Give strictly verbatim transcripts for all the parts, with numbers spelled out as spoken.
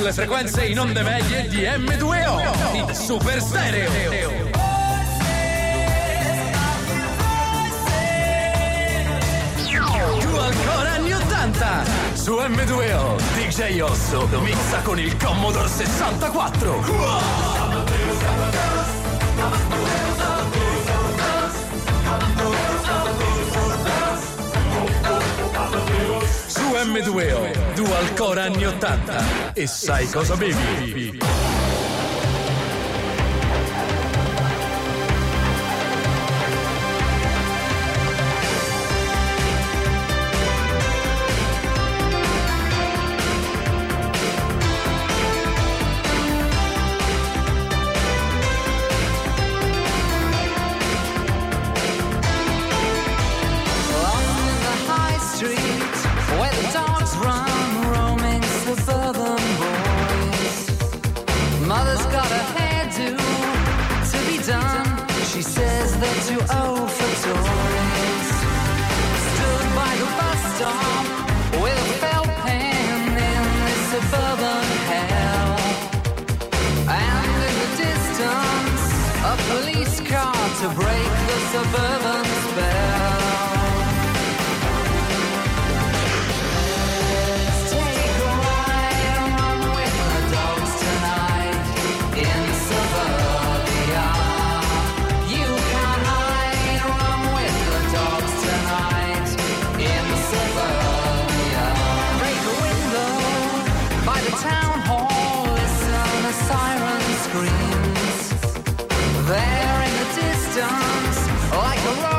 sulle frequenze in onde medie di emme due o, il super stereo. Giù ancora anni ottanta, su emme due o, D J Osso mixa con il Commodore sessantaquattro. Su emme due o, Dual Core anni ottanta. E sai cosa bevi? Too old for toys. Stood by the bus stop with a felt pen in this suburban hell. And in the distance, a police car to break the suburban spell. Let's take a ride and run with the dogs tonight in suburbia. Town hall, listen, a siren screams. There in the distance, like a road.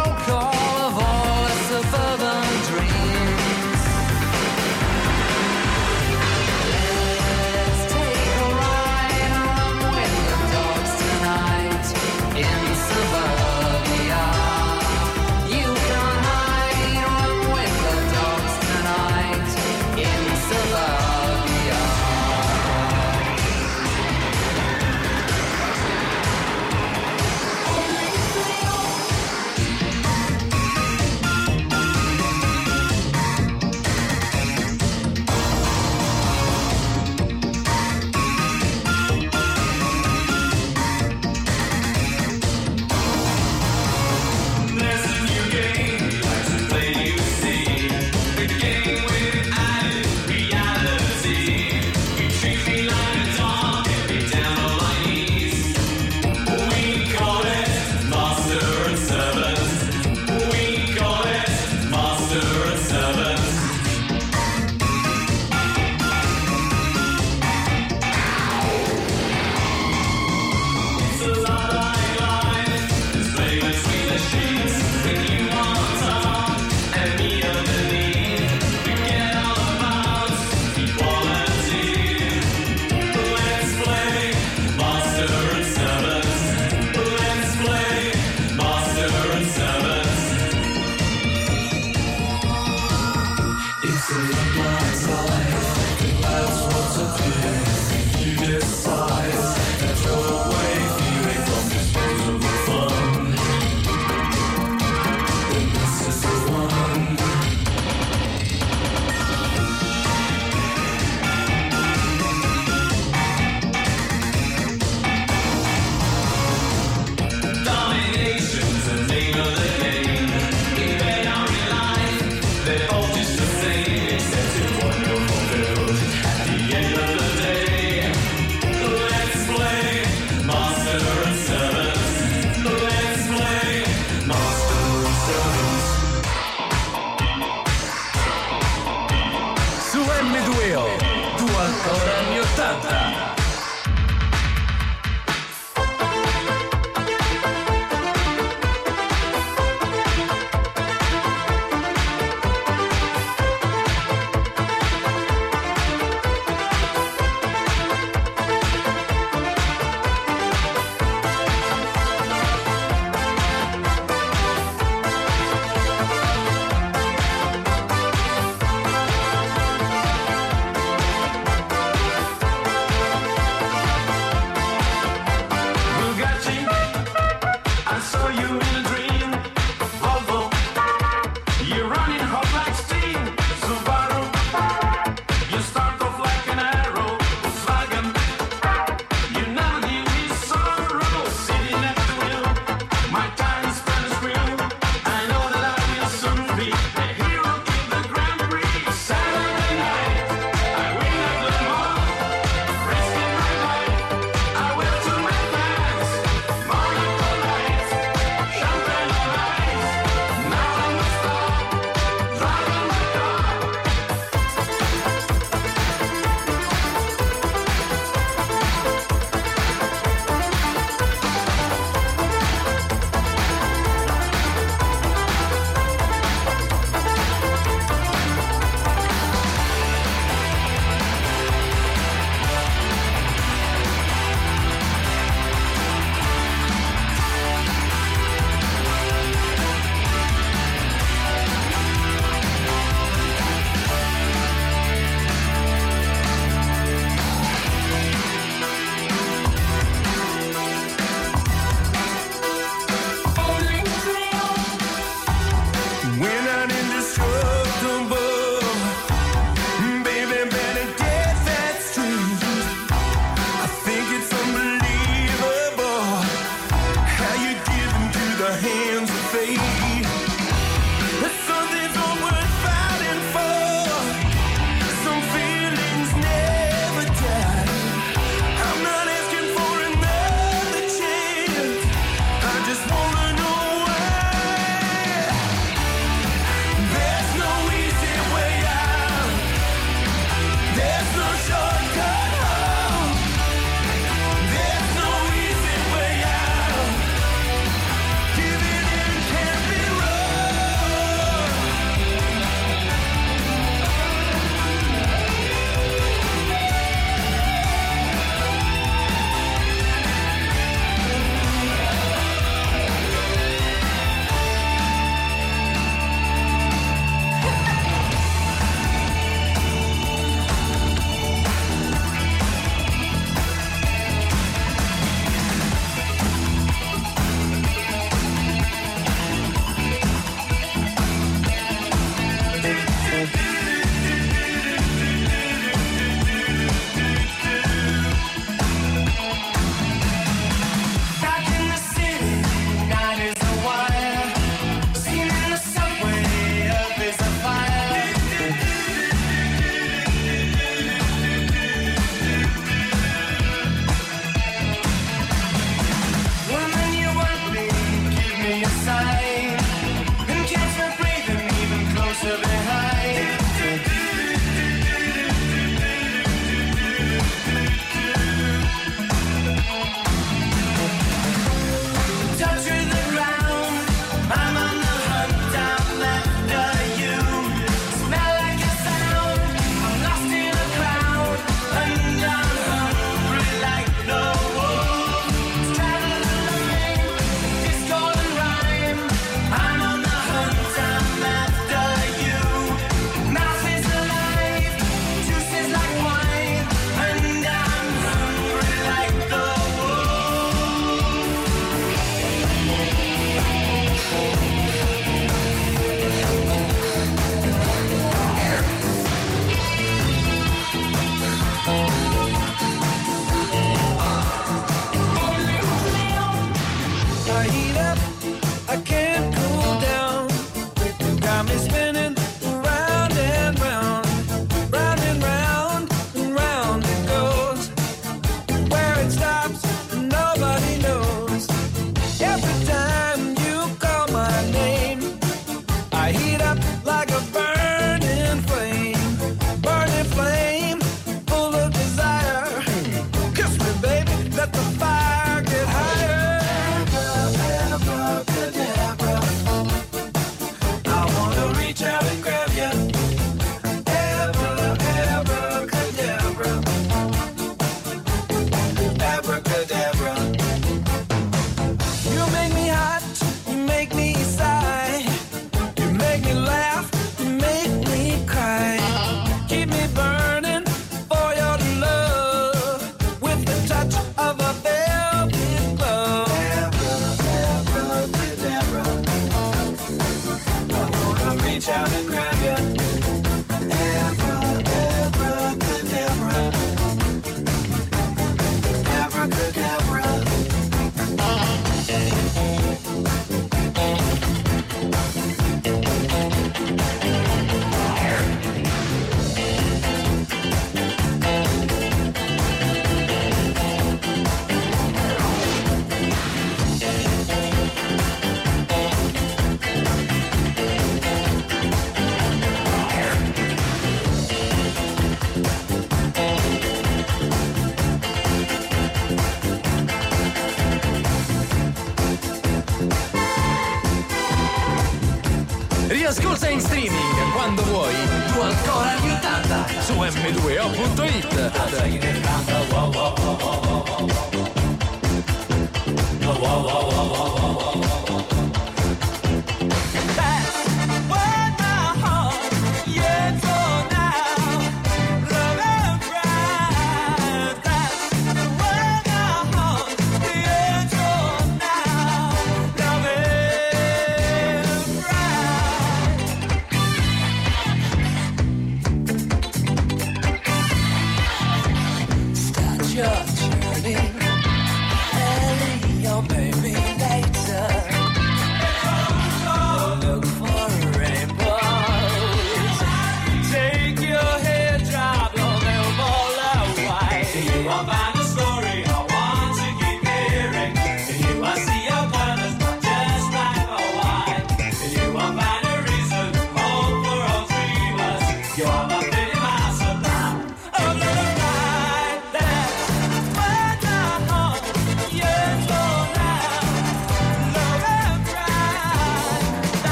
I heat up, I can't cool down. Got me spinning round and round, round and round and round it goes. Where it stops, nobody knows. Every time you call my name, I heat up like a burning flame, burning flame, full of desire. Kiss me, baby, let the fire get higher. Abracadabra, I wanna reach out and grab you. Abra, abracadabra, abracadabra. You make me hot, you make me sigh, you make me laugh, you make me cry. Keep me burning for your love with the touch of a velvet glove. Abracadabra, I wanna reach out and grab you. Abracadabra, abracadabra. Riascolta in streaming quando vuoi. Tu ancora anni ottanta su emme due o punto it. Start your journey early, or maybe late.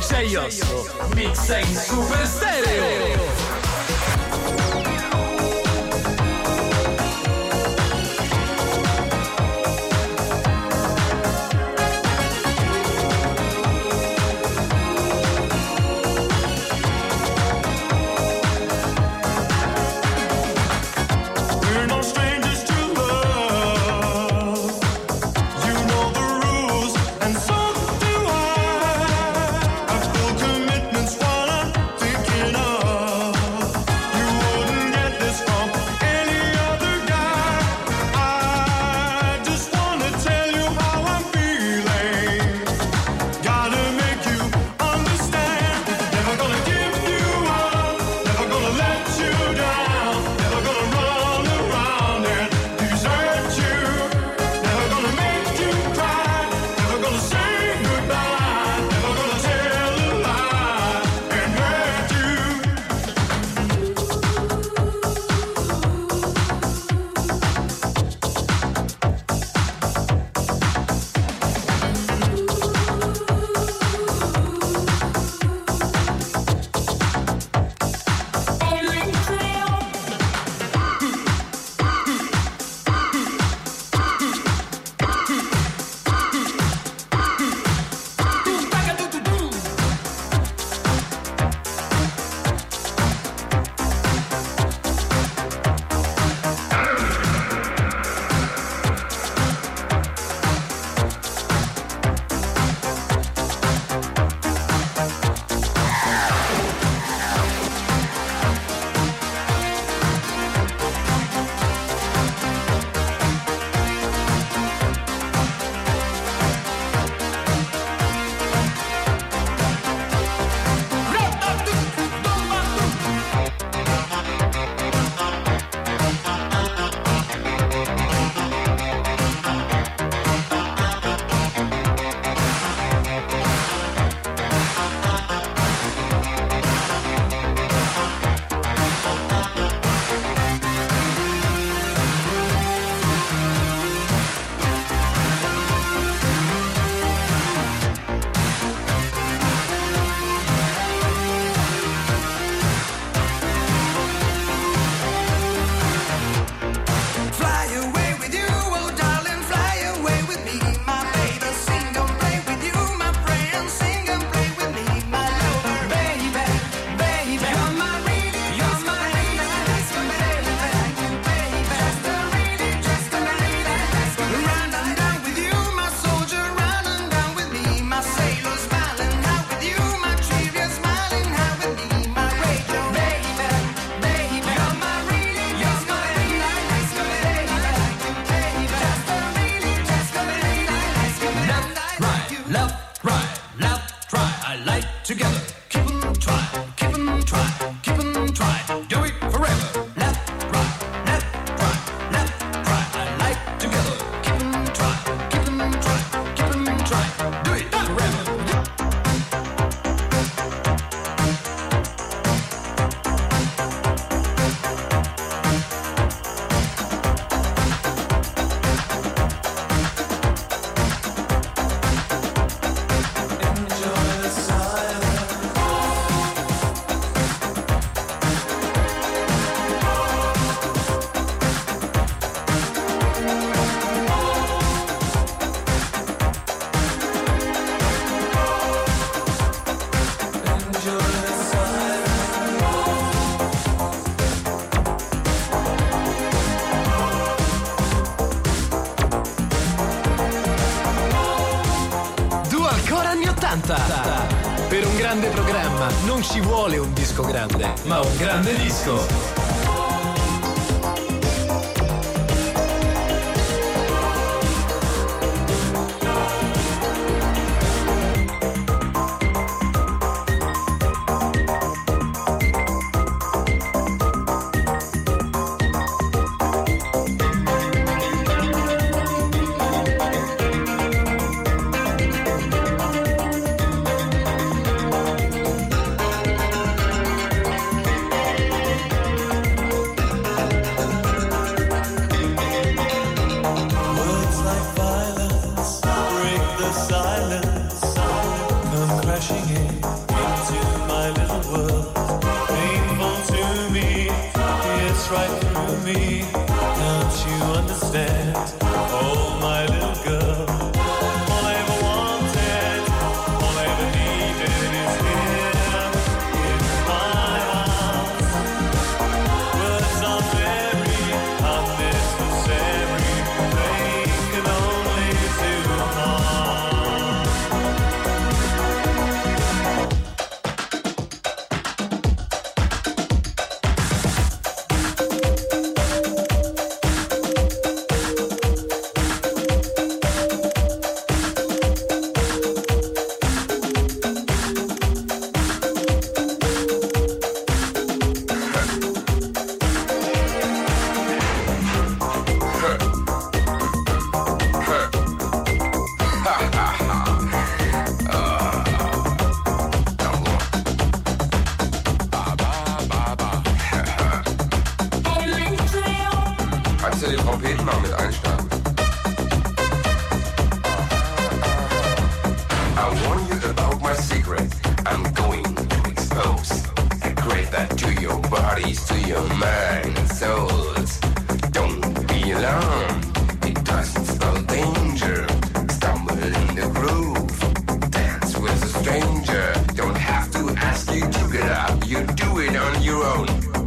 D J Osso, mixa in super stereo. Per un grande programma non ci vuole un disco grande, ma un grande disco. your bodies to your mind and souls. Don't be alarmed, it doesn't spell danger. Stumble in the groove, dance with a stranger. Don't have to ask you to get up, you do it on your own.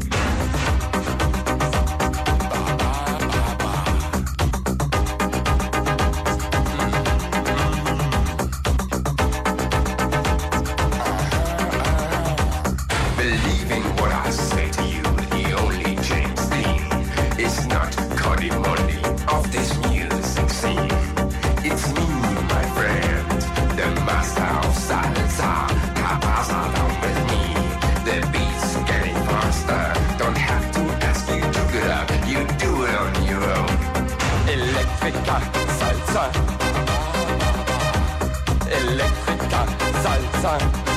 Electrica salsa,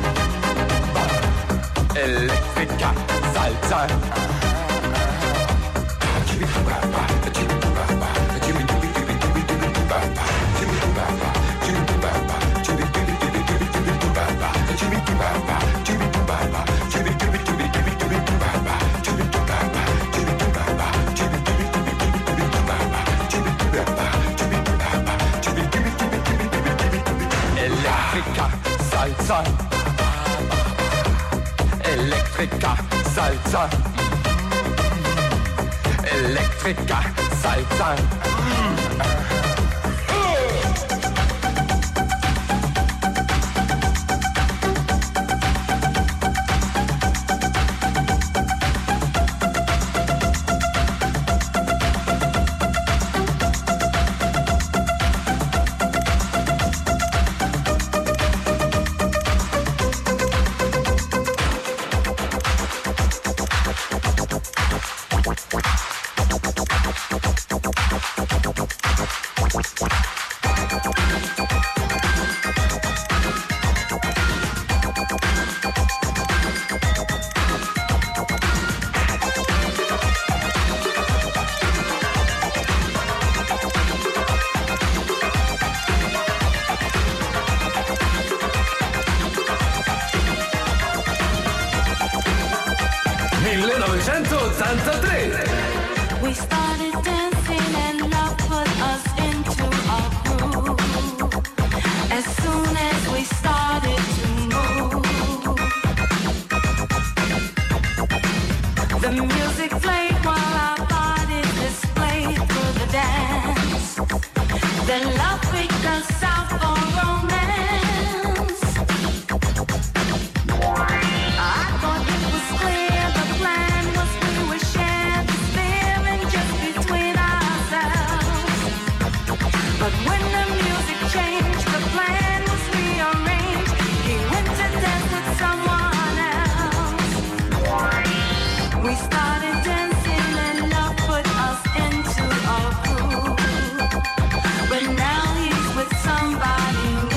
electrica salsa. Electrica salsa, electrica salsa, electrica salsa. millenovecentottantatré. We started dancing and love put us into our groove. As soon as we started to move, the music played while our bodies displayed through the dance. Then love picked us out for romance. I thought it was clear the plan was we would share this feeling just between ourselves. But when the music changed, the plan was rearranged. He went to dance with someone else. We started dancing and love put us into our groove. But now he's with somebody new.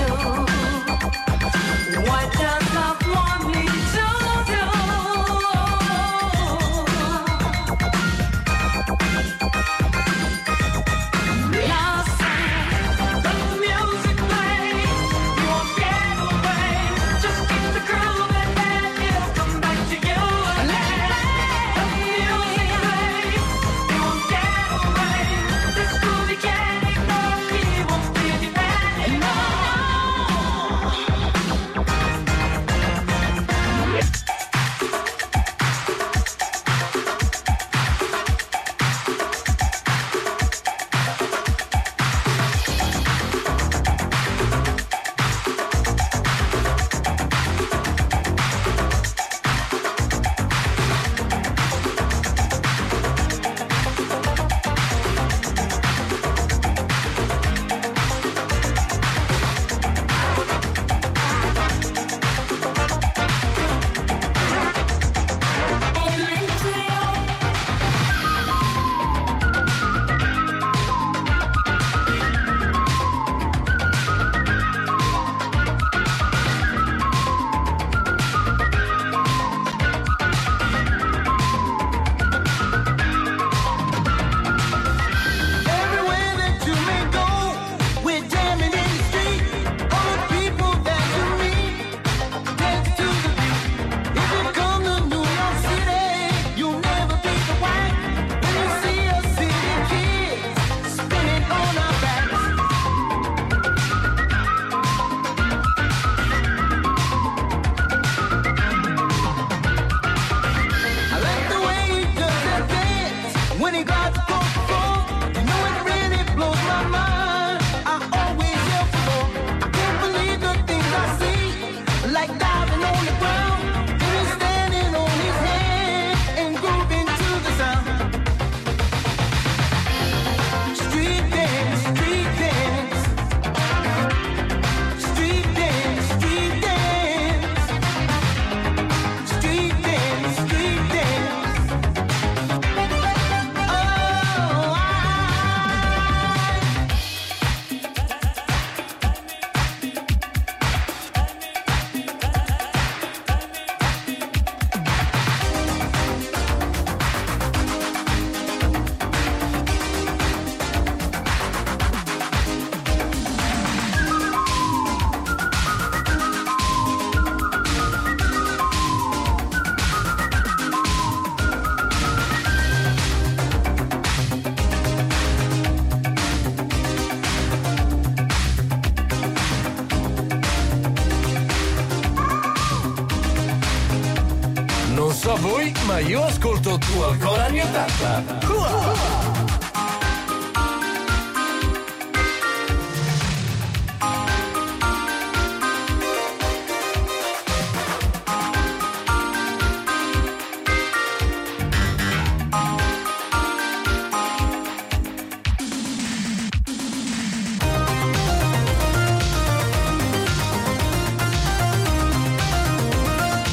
so voi, ma io ascolto Tu ancora anni ottanta. Uah!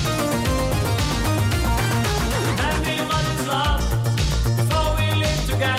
Tell me what is love before we live together.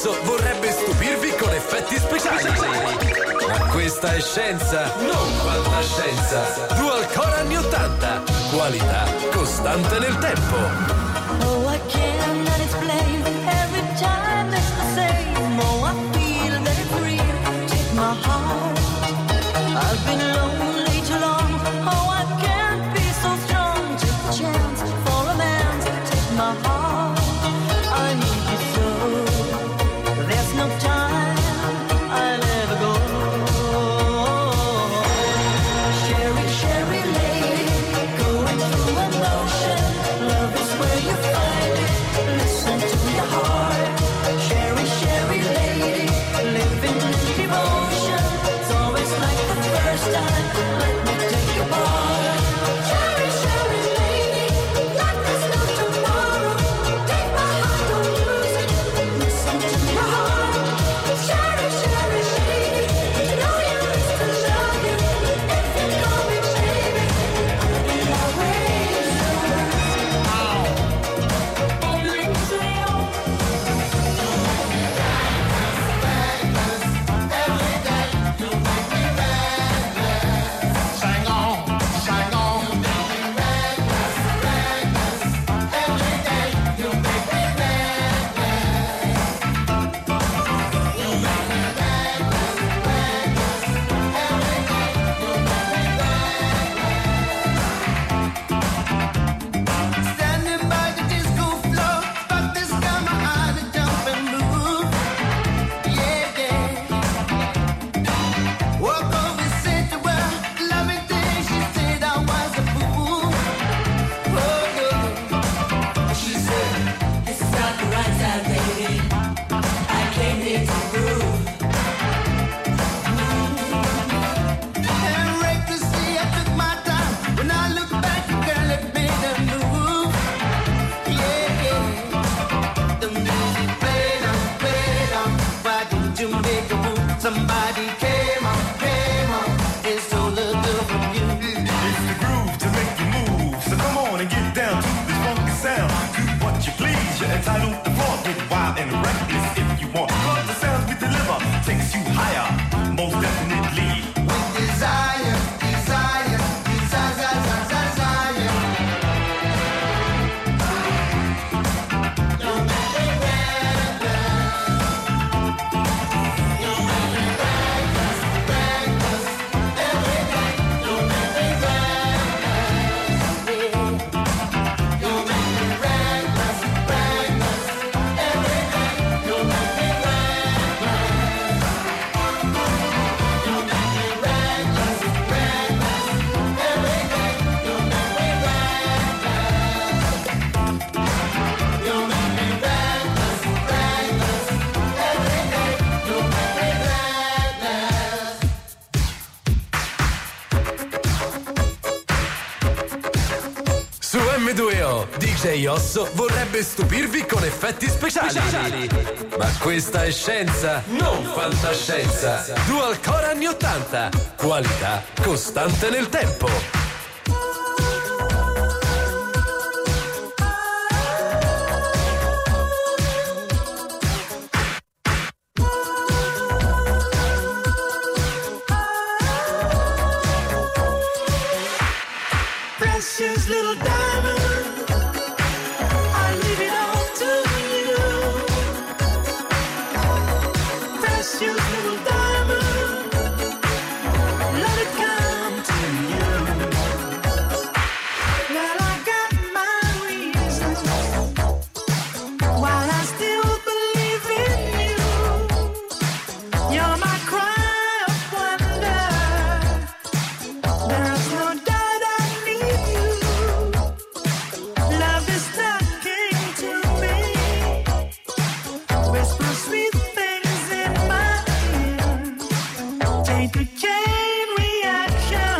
Osso vorrebbe stupirvi con effetti speciali. Ma questa è scienza, non fantascienza. Dual Core anni ottanta, qualità costante nel tempo. Oh, I cannot explain. Every time it's the same. Oh, I feel that it's real. Take my heart. I've been lonely too long. Oh, I can't be so strong. Take a chance for a man. Take my heart. I need you so. There's no time. I'll ever go. Sherry, Sherry lady, going through emotion. Love is where you find it. Listen to your heart. Sherry, Sherry lady, living in devotion. It's always like the first time. Let me take your part. Sherry, Sherry lady, like there's no tomorrow. Take my heart, don't lose it. Listen to your heart. Sherry, Sherry lady, you know you used to love you. If you call me baby, I'll raise you. Standing by the disco floor, but this time my eyes are jump and move. Yeah, yeah. Walk over, said to her, loving thing. She said I was a fool. Oh, yeah. She said, This is not the right time, baby. I came here to prove. and recklessly I took my time. When I look back, the girl had made a move. Yeah, yeah. The music played on, played on. Why didn't you make a move? Somebody came on, came on, and stole the girl from you. It's the groove to make you move. So come on and get down to this funky sound. Do what you please. You're entitled to flaunt. Get wild and reckless if you want. Cause the sounds we deliver takes you higher. Most definitely. With desire, desire, desire, desire, desire. Su M due O, D J Osso vorrebbe stupirvi con effetti speciali. Ma questa è scienza, non fantascienza. Dual Core anni ottanta, qualità costante nel tempo. Precious little diamond, I leave it all to you. Precious little diamond, let it come to you. Well, I got my reasons while I still believe in you. You're my cry of wonder. There's no doubt. Love is talking to me. Whisper sweet things in my ear. Take a chain reaction.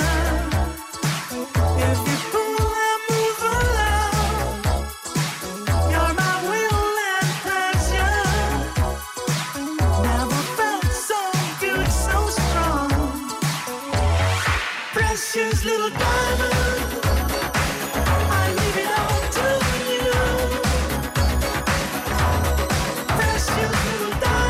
If you pull, I move along. You're my will and pleasure. Never felt so good, so strong. Precious little diamond, I leave it all to you. Precious little diamond.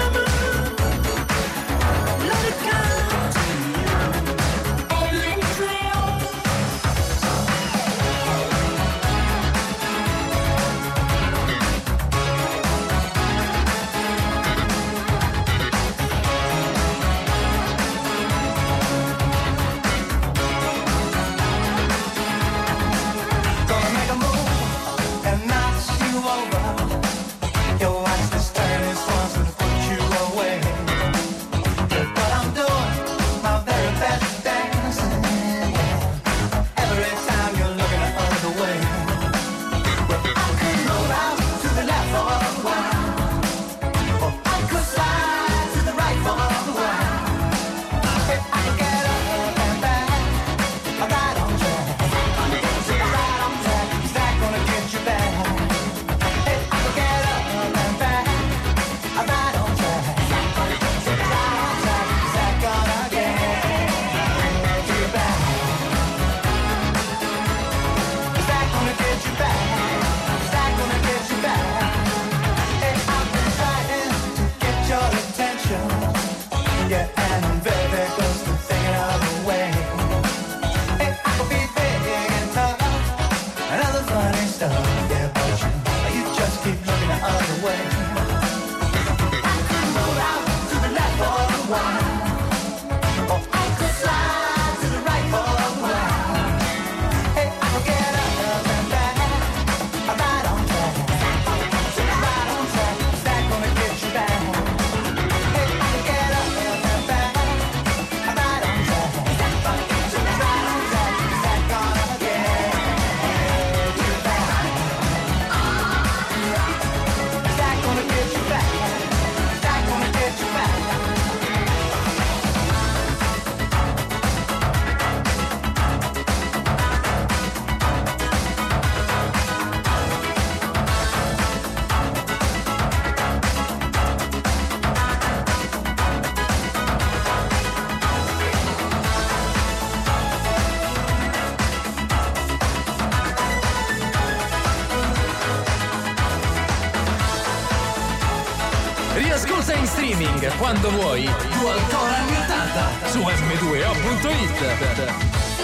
Ascolta in streaming quando vuoi Dual Core anni ottanta su emme due o punto it.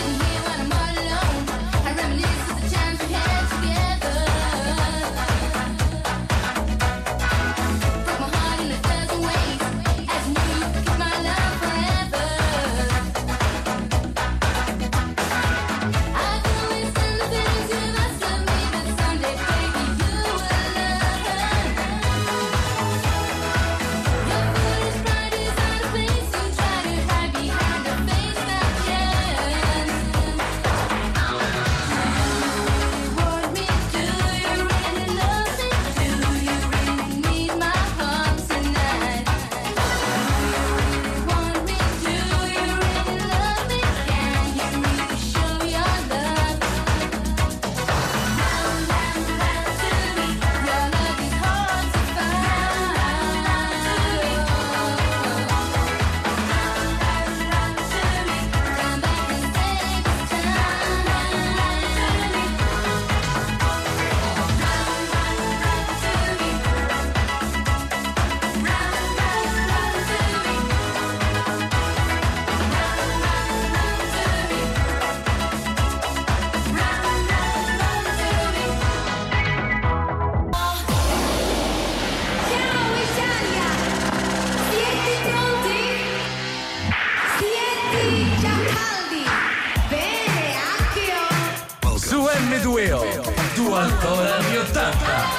emme due o Dual Core anni ottanta.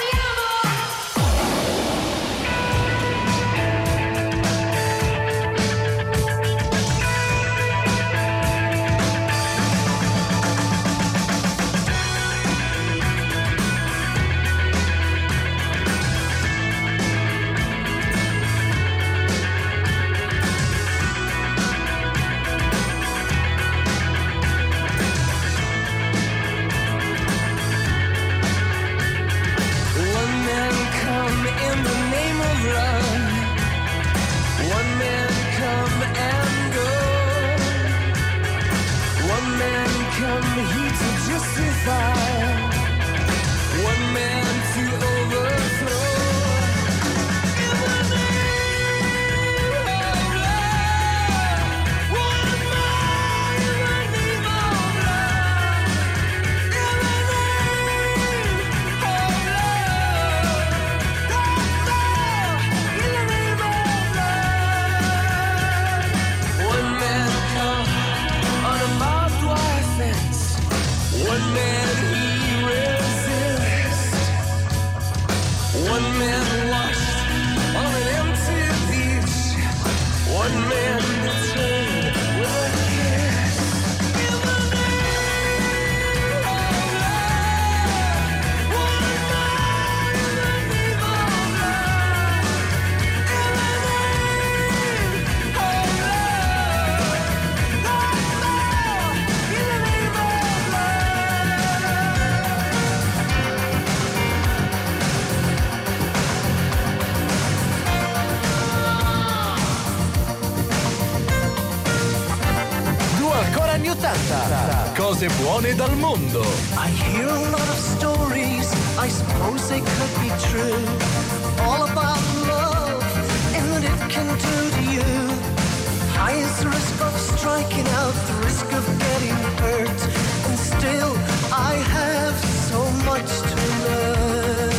Cose buone dal mondo. I hear a lot of stories, I suppose they could be true. All about love and what it can do to you. High is the risk of striking out, the risk of getting hurt. And still I have so much to learn.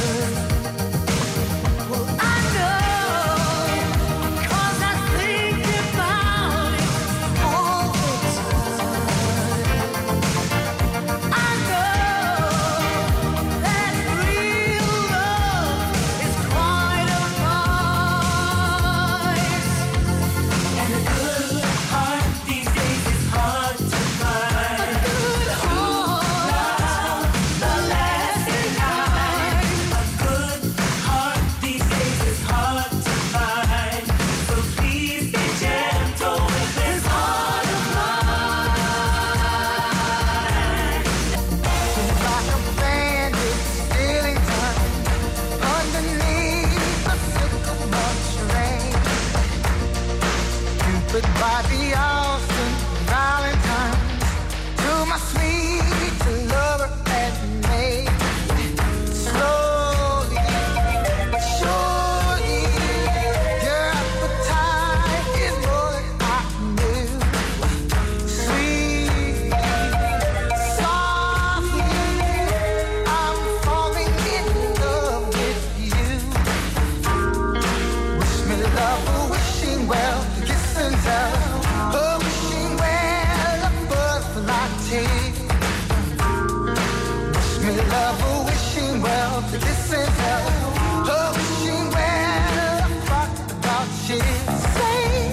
Well, I know, 'cause I think about it all the time. I know that real love is quite a price. And a good heart these days is hard to find. A good heart, the lasting kind. A good heart these days is hard to find. So please be gentle with this heart of mine. Like a bandit stealing time underneath the sycamore tree. Cupid by the Austin Valentine to my sweet lover and me. Slowly, surely, love, wishing well, kiss and tell. Oh, wishing well, a butterfly tea. Wish me love, wishing well, kiss and tell. Oh, wishing well, a rock about she say.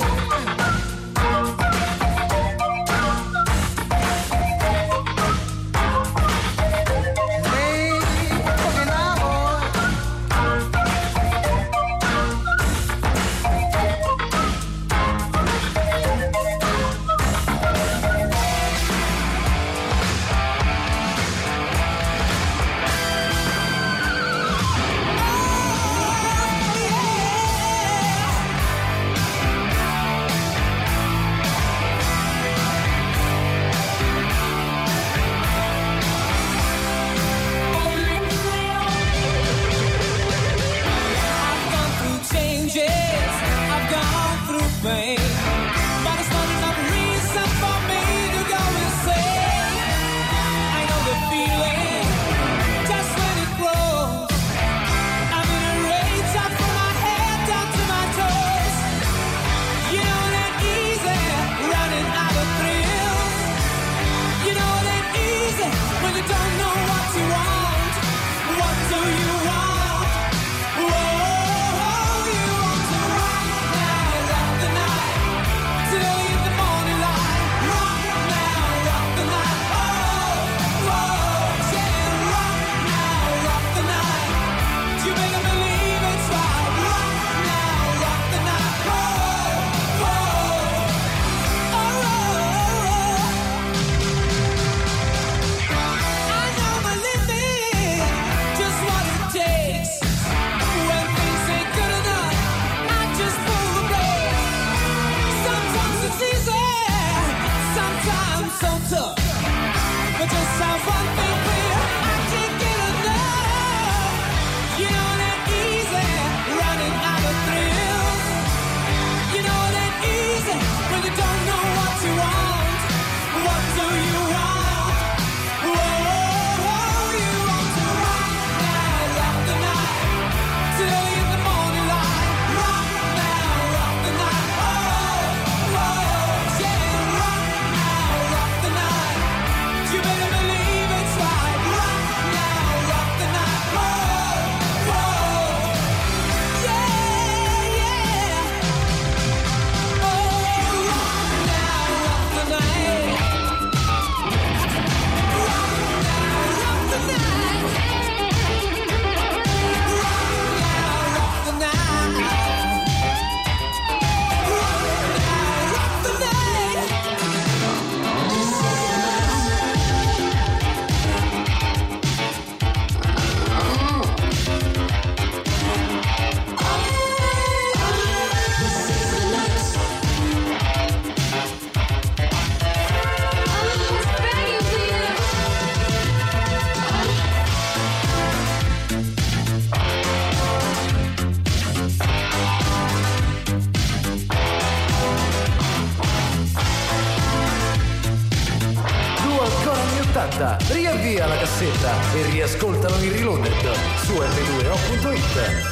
Riavvia la cassetta e riascoltalo in Reloaded su erre due o punto it.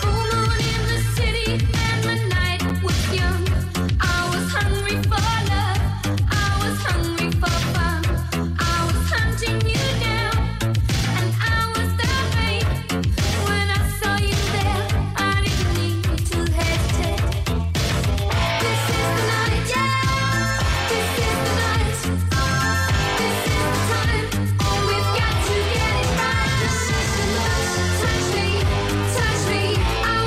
Touch me, I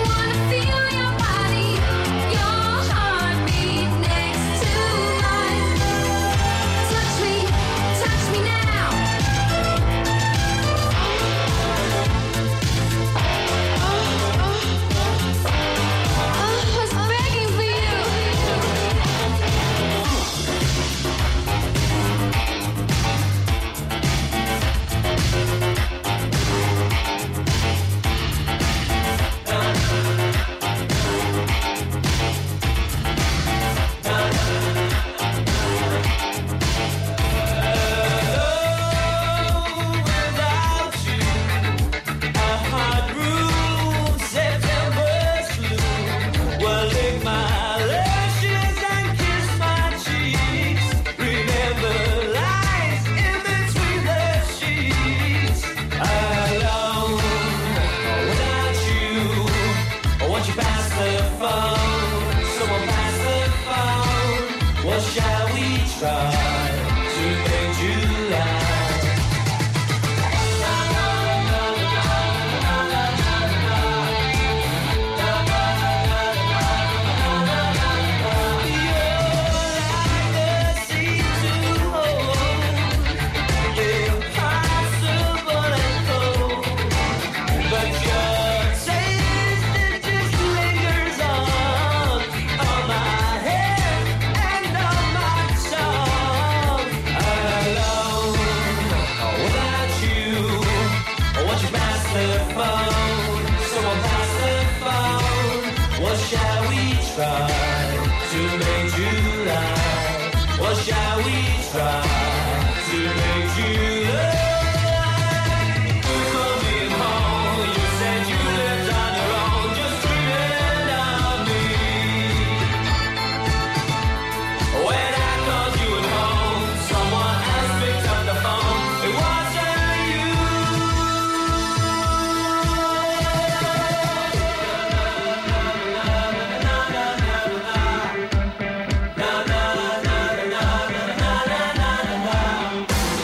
What shall we try to make you laugh? Shall we try to make you laugh? You coming home, you said you lived on your own, just dreaming of me. When I called you at home, someone else picked up the phone. It wasn't you. Na, na, na, na, na, na, na, na.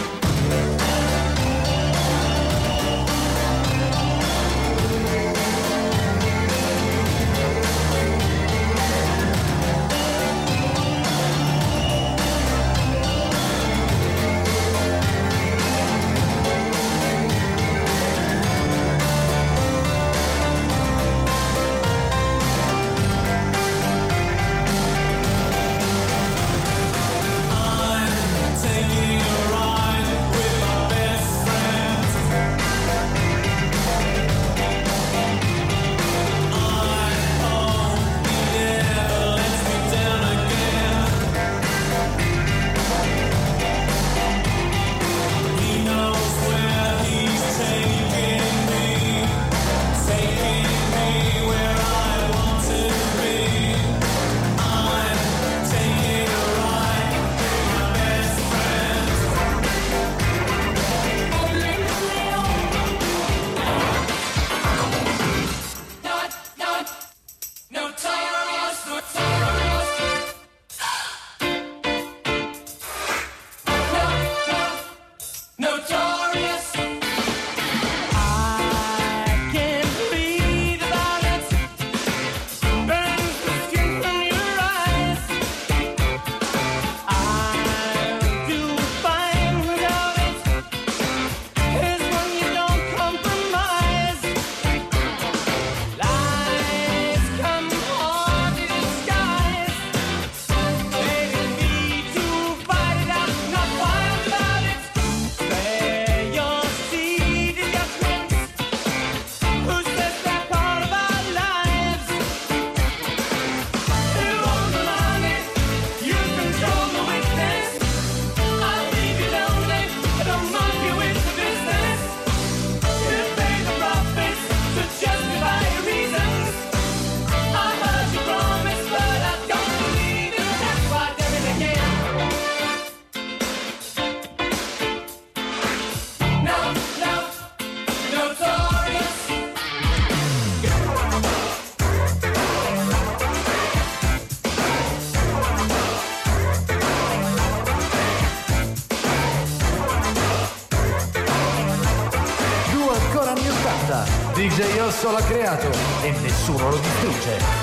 D J Osso l'ha creato e nessuno lo distrugge.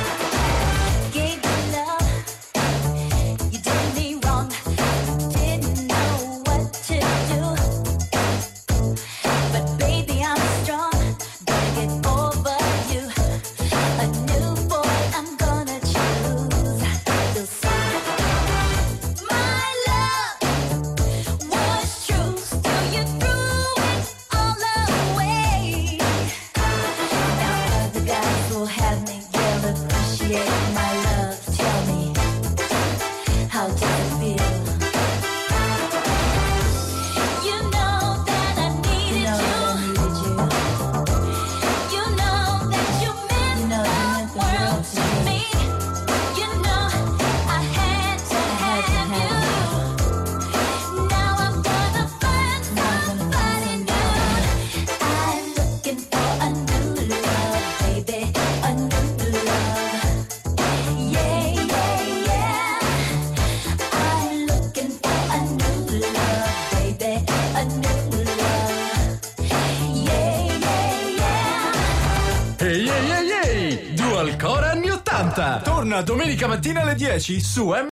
Have me yell at Ehi, Dual Core anni ottanta. Torna domenica mattina alle dieci su M